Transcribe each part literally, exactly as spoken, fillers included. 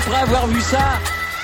après avoir vu ça,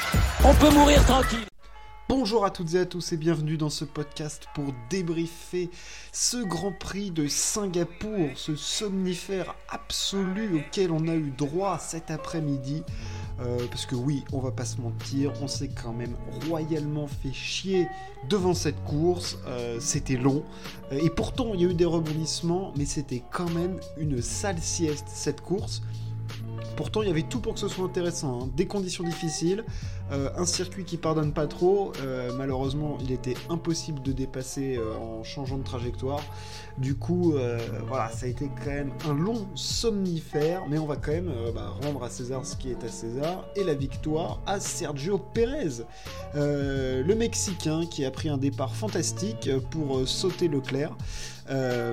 on peut mourir tranquille. Bonjour à toutes et à tous et bienvenue dans ce podcast pour débriefer ce Grand Prix de Singapour, ce somnifère absolu auquel on a eu droit cet après-midi. Euh, parce que oui, on va pas se mentir, on s'est quand même royalement fait chier devant cette course, euh, c'était long, euh, et pourtant il y a eu des rebondissements, mais c'était quand même une sale sieste cette course. Pourtant, il y avait tout pour que ce soit intéressant, hein. Des conditions difficiles, euh, un circuit qui pardonne pas trop. Euh, malheureusement, il était impossible de dépasser euh, en changeant de trajectoire. Du coup, euh, voilà, ça a été quand même un long somnifère, mais on va quand même euh, bah, rendre à César ce qui est à César, et la victoire à Sergio Pérez, euh, le Mexicain qui a pris un départ fantastique pour euh, sauter Leclerc. Euh,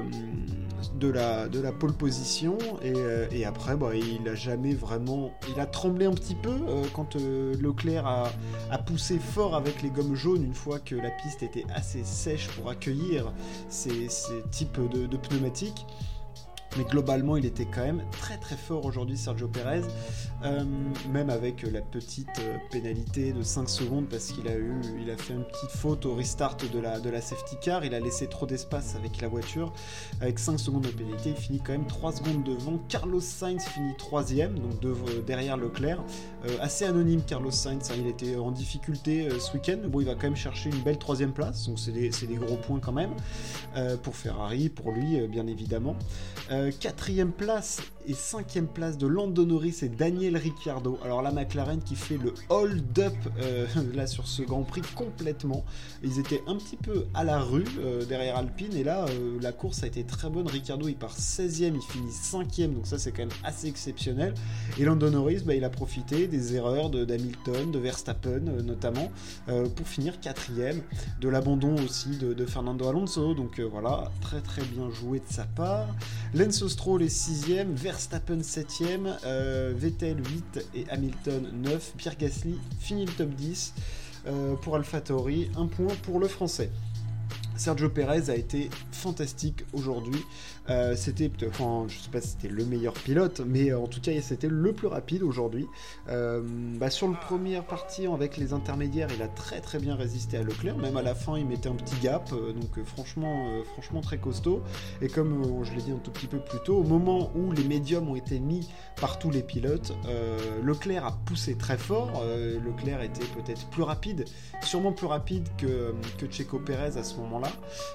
de la de la pole position et, euh, et après bah, il a jamais vraiment il a tremblé un petit peu euh, quand euh, Leclerc a, a poussé fort avec les gommes jaunes une fois que la piste était assez sèche pour accueillir ces, ces types de, de pneumatiques. Mais globalement, il était quand même très très fort aujourd'hui, Sergio Pérez, euh, même avec la petite euh, pénalité de cinq secondes parce qu'il a eu, il a fait une petite faute au restart de la, de la safety car, il a laissé trop d'espace avec la voiture, avec cinq secondes de pénalité, il finit quand même trois secondes devant. Carlos Sainz finit troisième, donc de, euh, derrière Leclerc, euh, assez anonyme Carlos Sainz, hein, il était en difficulté euh, ce week-end, bon il va quand même chercher une belle troisième place, donc c'est des, c'est des gros points quand même, euh, pour Ferrari, pour lui euh, bien évidemment. Euh, Quatrième place et cinquième place de Lando Norris et Daniel Ricciardo. Alors la McLaren qui fait le hold-up euh, là sur ce Grand Prix complètement. Ils étaient un petit peu à la rue euh, derrière Alpine et là euh, la course a été très bonne. Ricciardo il part seizième, il finit cinquième, donc ça c'est quand même assez exceptionnel. Et Lando Norris bah, il a profité des erreurs de, d'Hamilton, de Verstappen euh, notamment euh, pour finir quatrième. De l'abandon aussi de, de Fernando Alonso, donc euh, voilà, très très bien joué de sa part. Lance Stroll est sixième, Verstappen septième, euh, Vettel huit et Hamilton neuf. Pierre Gasly finit le top dix euh, pour AlphaTauri, un point pour le français. Sergio Pérez a été fantastique aujourd'hui. Euh, c'était, enfin, je sais pas si c'était le meilleur pilote, mais en tout cas, c'était le plus rapide aujourd'hui. Euh, bah, sur le première partie, avec les intermédiaires, il a très très bien résisté à Leclerc. Même à la fin, il mettait un petit gap, euh, donc euh, franchement, euh, franchement très costaud. Et comme euh, je l'ai dit un tout petit peu plus tôt, au moment où les médiums ont été mis par tous les pilotes, euh, Leclerc a poussé très fort. Euh, Leclerc était peut-être plus rapide, sûrement plus rapide que, que Checo Pérez à ce moment-là.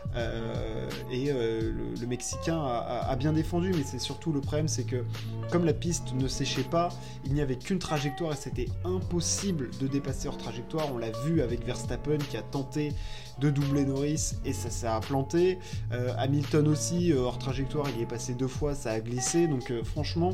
Euh, et euh, le, le Mexicain a, a, a bien défendu, mais c'est surtout le problème, c'est que comme la piste ne séchait pas, il n'y avait qu'une trajectoire et c'était impossible de dépasser hors trajectoire. On l'a vu avec Verstappen qui a tenté de doubler Norris et ça s'est planté. Euh, Hamilton aussi, euh, hors trajectoire, il y est passé deux fois, ça a glissé. Donc euh, franchement,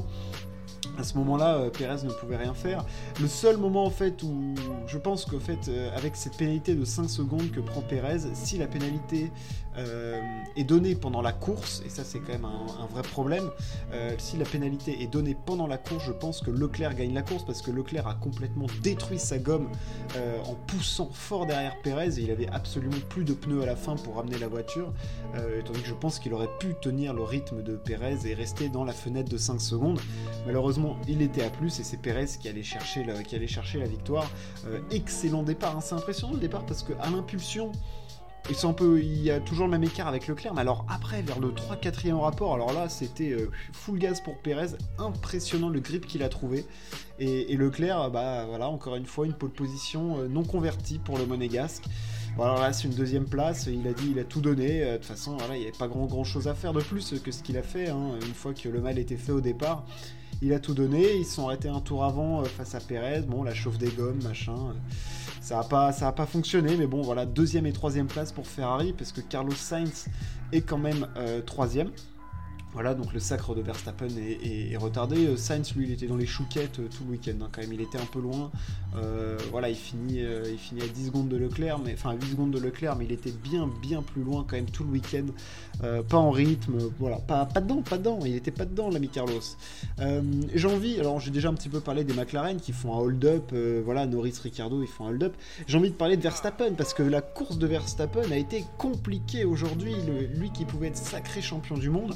à ce moment-là, euh, Pérez ne pouvait rien faire. Le seul moment en fait où je pense qu'en fait, euh, avec cette pénalité de cinq secondes que prend Pérez, si la pénalité euh, est donnée pendant la course, et ça c'est quand même un, un vrai problème, euh, si la pénalité est donnée pendant la course, je pense que Leclerc gagne la course parce que Leclerc a complètement détruit sa gomme euh, en poussant fort derrière Pérez et il avait absolument plus de pneus à la fin pour ramener la voiture, euh, étant donné que je pense qu'il aurait pu tenir le rythme de Pérez et rester dans la fenêtre de cinq secondes. Malheureusement, il était à plus et c'est Pérez qui allait chercher la, qui allait chercher la victoire. Euh, excellent départ, hein. C'est impressionnant le départ parce qu'à l'impulsion, ils sont un peu, il y a toujours le même écart avec Leclerc, mais alors après, vers le trois quatrième rapport, alors là, c'était euh, full gaz pour Pérez, impressionnant le grip qu'il a trouvé. Et, et Leclerc, bah voilà, encore une fois, une pole position euh, non convertie pour le Monégasque. Bon, alors là, c'est une deuxième place, il a dit, il a tout donné, de toute façon, voilà, il n'y avait pas grand, grand chose à faire de plus que ce qu'il a fait, hein, une fois que le mal était fait au départ. Il a tout donné, ils se sont arrêtés un tour avant euh, face à Pérez, bon, la chauffe des gommes, machin, euh, ça n'a pas, ça a pas fonctionné, mais bon, voilà, deuxième et troisième place pour Ferrari, parce que Carlos Sainz est quand même euh, troisième. Voilà, donc le sacre de Verstappen est, est, est retardé. Sainz, lui, il était dans les chouquettes euh, tout le week-end, hein, quand même, il était un peu loin. Euh, voilà, il finit, euh, il finit à dix secondes de Leclerc, mais, enfin à huit secondes de Leclerc, mais il était bien, bien plus loin quand même tout le week-end. Euh, pas en rythme, voilà, pas, pas dedans, pas dedans, il était pas dedans, l'ami Carlos. Euh, j'ai envie, alors j'ai déjà un petit peu parlé des McLaren qui font un hold-up, euh, voilà, Norris, Ricciardo, ils font un hold-up. J'ai envie de parler de Verstappen, parce que la course de Verstappen a été compliquée aujourd'hui, le, lui qui pouvait être sacré champion du monde. On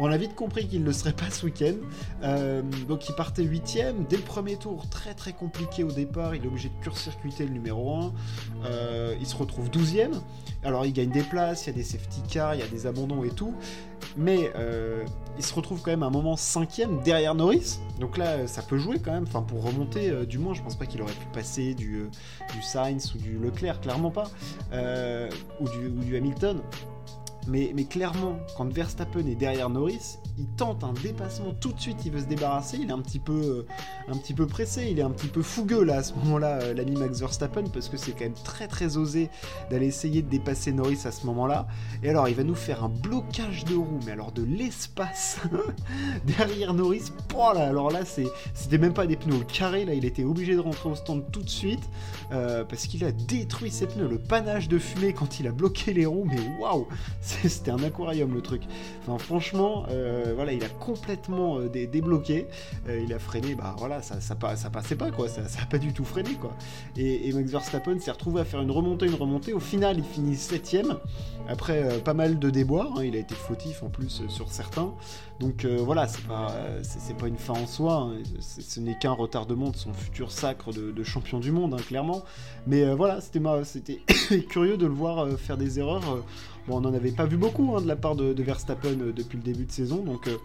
on a vite compris qu'il ne le serait pas ce week-end. Euh, donc il partait huitième. Dès le premier tour, très très compliqué au départ. Il est obligé de court-circuiter le numéro un. Euh, il se retrouve douzième. Alors il gagne des places, il y a des safety cars, il y a des abandons et tout. Mais euh, il se retrouve quand même à un moment cinquième derrière Norris. Donc là, ça peut jouer quand même. Enfin, pour remonter, euh, du moins, je pense pas qu'il aurait pu passer du, euh, du Sainz ou du Leclerc, clairement pas. Euh, ou, du, ou du Hamilton. Mais, mais clairement, quand Verstappen est derrière Norris, il tente un dépassement tout de suite, il veut se débarrasser, il est un petit peu, euh, un petit peu pressé, il est un petit peu fougueux là à ce moment-là, euh, l'ami Max Verstappen, parce que c'est quand même très très osé d'aller essayer de dépasser Norris à ce moment-là. Et alors il va nous faire un blocage de roue, mais alors de l'espace derrière Norris. Oh là, alors là c'est, c'était même pas des pneus carrés, là il était obligé de rentrer au stand tout de suite, euh, parce qu'il a détruit ses pneus, le panache de fumée quand il a bloqué les roues, mais waouh, c'était un aquarium le truc. Enfin franchement, euh, voilà, il a complètement euh, dé- débloqué, euh, il a freiné, bah voilà, ça, ça, ça, ça passait pas quoi, ça, ça a pas du tout freiné quoi. Et, et Max Verstappen s'est retrouvé à faire une remontée, une remontée. Au final, il finit septième après euh, pas mal de déboires. Hein, il a été fautif en plus euh, sur certains. Donc euh, voilà, c'est pas, c'est, c'est pas une fin en soi. Hein, c'est, ce n'est qu'un retardement de son futur sacre de, de champion du monde, hein, clairement. Mais euh, voilà, c'était, ma, c'était curieux de le voir euh, faire des erreurs. Euh, bon, on n'en avait pas vu beaucoup hein, de la part de, de Verstappen euh, depuis le début de saison. Donc euh,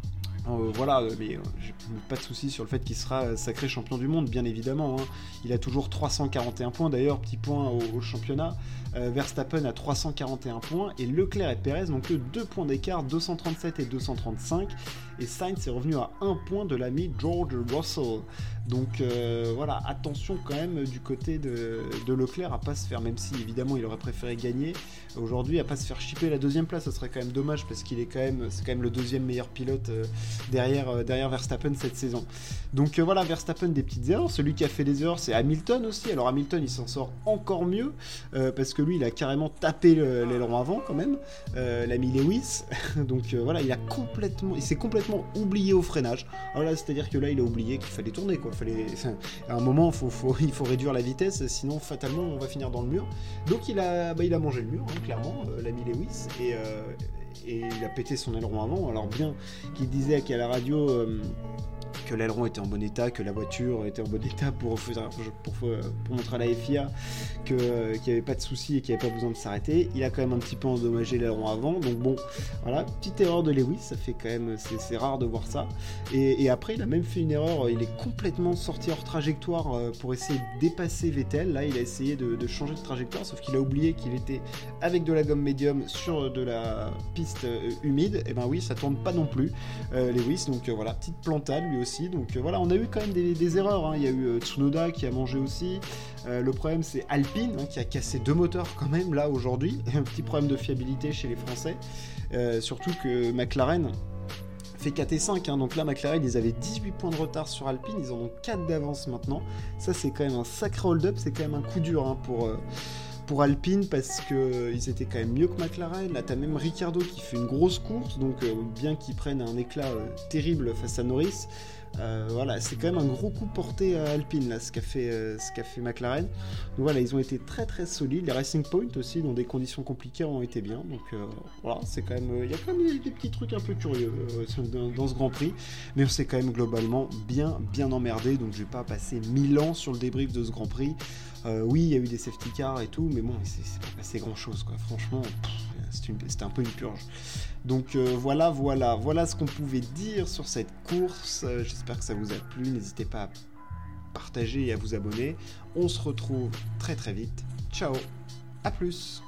Euh, voilà, mais euh, j'ai pas de soucis sur le fait qu'il sera sacré champion du monde, bien évidemment. Hein. Il a toujours trois cent quarante et un points, d'ailleurs, petit point au, au championnat. Euh, Verstappen a trois cent quarante et un points, et Leclerc et Perez n'ont que deux points d'écart, deux cent trente-sept et deux cent trente-cinq. Et Sainz est revenu à un point de l'ami George Russell. Donc euh, voilà, attention quand même du côté de, de Leclerc à pas se faire, même si évidemment il aurait préféré gagner aujourd'hui, à pas se faire chipper la deuxième place. Ce serait quand même dommage parce qu'il est quand même, c'est quand même le deuxième meilleur pilote euh, derrière, euh, derrière Verstappen cette saison. Donc euh, voilà, Verstappen des petites erreurs. Celui qui a fait des erreurs, c'est Hamilton aussi. Alors Hamilton, il s'en sort encore mieux euh, parce que lui, il a carrément tapé le, l'aileron avant quand même, euh, l'ami Lewis. Donc euh, voilà, il a complètement, il s'est complètement oublié au freinage. Alors là, c'est-à-dire que là, il a oublié qu'il fallait tourner quoi. Fallait, à un moment, faut, faut, il faut réduire la vitesse, sinon fatalement, on va finir dans le mur. Donc il a, bah, il a mangé le mur, hein, clairement, euh, l'ami Lewis, et, euh, et il a pété son aileron avant. Alors bien qu'il disait qu'à la radio euh, que l'aileron était en bon état, que la voiture était en bon état pour, pour, pour, pour montrer à la F I A que, euh, qu'il n'y avait pas de souci et qu'il n'y avait pas besoin de s'arrêter. Il a quand même un petit peu endommagé l'aileron avant, donc bon, voilà, petite erreur de Lewis, ça fait quand même, c'est, c'est rare de voir ça. Et, et après, il a même fait une erreur, il est complètement sorti hors trajectoire euh, pour essayer de dépasser Vettel. Là, il a essayé de, de changer de trajectoire, sauf qu'il a oublié qu'il était avec de la gomme médium sur de la piste euh, humide. Et ben oui, ça tourne pas non plus, euh, Lewis, donc euh, voilà, petite plantade lui aussi. Donc euh, voilà, on a eu quand même des, des erreurs, hein. Il y a eu euh, Tsunoda qui a mangé aussi, euh, le problème c'est Alpine hein, qui a cassé deux moteurs quand même là aujourd'hui, un petit problème de fiabilité chez les Français, euh, surtout que McLaren fait quatre et cinq, hein. Donc là McLaren ils avaient dix-huit points de retard sur Alpine, ils en ont quatre d'avance maintenant, ça c'est quand même un sacré hold-up, c'est quand même un coup dur hein, pour... Euh, pour Alpine parce qu'ils euh, étaient quand même mieux que McLaren. Là t'as même Ricciardo qui fait une grosse course, donc euh, bien qu'ils prennent un éclat euh, terrible face à Norris, euh, voilà, c'est quand même un gros coup porté à Alpine là, ce qu'a fait, euh, ce qu'a fait McLaren. Donc voilà, ils ont été très très solides. Les Racing Point aussi, dans des conditions compliquées, ont été bien. Donc euh, voilà, c'est quand même, il euh, y a quand même des, des petits trucs un peu curieux euh, dans, dans ce Grand Prix, mais on s'est quand même globalement bien bien emmerdé. Donc je vais pas passer mille ans sur le débrief de ce Grand Prix. Euh, oui, il y a eu des safety cars et tout, mais bon, c'est, c'est pas passé grand chose, quoi. Franchement, pff, c'était, une, c'était un peu une purge. Donc euh, voilà, voilà, voilà ce qu'on pouvait dire sur cette course. Euh, j'espère que ça vous a plu. N'hésitez pas à partager et à vous abonner. On se retrouve très très vite. Ciao, à plus.